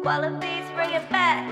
Wallabies, bring it back.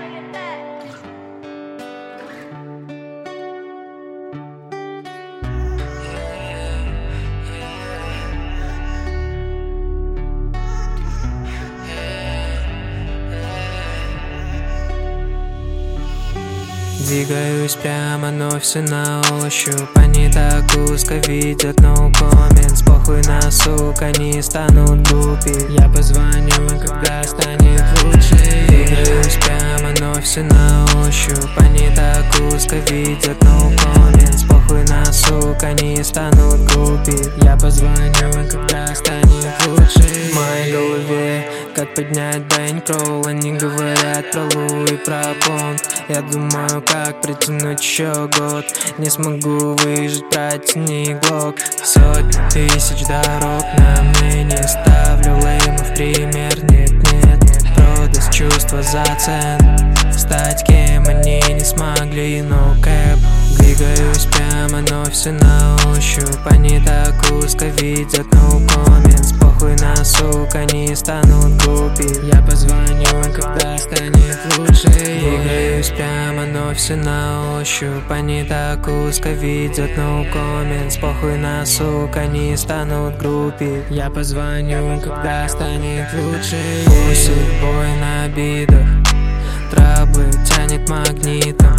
Двигаюсь прямо, но все на ощупь. Они так узко видят, no comments. Похуй на сук, они станут глупее. Я позвоню, когда станет лучше. Двигаюсь прямо, но все на ощупь. Они так узко видят, no comments. Похуй на сук, они станут глупее. Я позвоню, когда станет лучше. В моей голове как поднять бэнкролл. Они говорят про Лу и про понт. Я думаю, как притянуть еще год. Не смогу выжить, протяни глок. Сотни тысяч дорог на мне. Не ставлю лейма в пример. Нет, продаст чувства за цен. Стать кем они не смогли, no cap. Двигаюсь прямо, но все на ощупь. Они так узко видят, no comments. Похуй на сук, они станут глупее. Я позвоню, когда станет лучше. Двигаюсь прямо, но все на ощупь. Они так узко видят, no comments. Похуй на сук, они станут глупее. Я позвоню, когда станет лучше. Пусть бой на обидах, траблы тянет магнитом.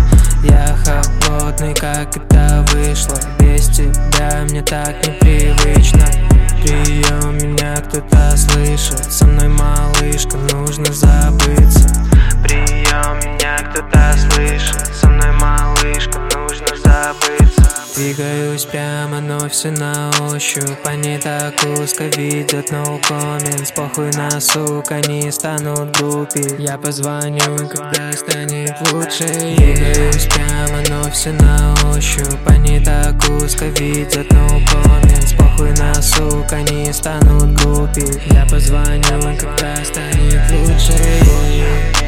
Я холодный, как это вышло. Без тебя мне так непривычно. Прием, меня кто-то слышит. Со мной, малышка, нужно забыться. Прием, меня кто-то слышит. Со мной, малышка, нужно забыться. Двигаюсь прямо, но все на ощупь. Они так узко видят, no comments. Похуй на сук, они станут глупее. Я позвоню, когда станет лучше. Двигаюсь прямо, но все на ощупь. Они так узко видят, no comments. Похуй на сук, они станут глупее. Я позвоню, когда станет лучше.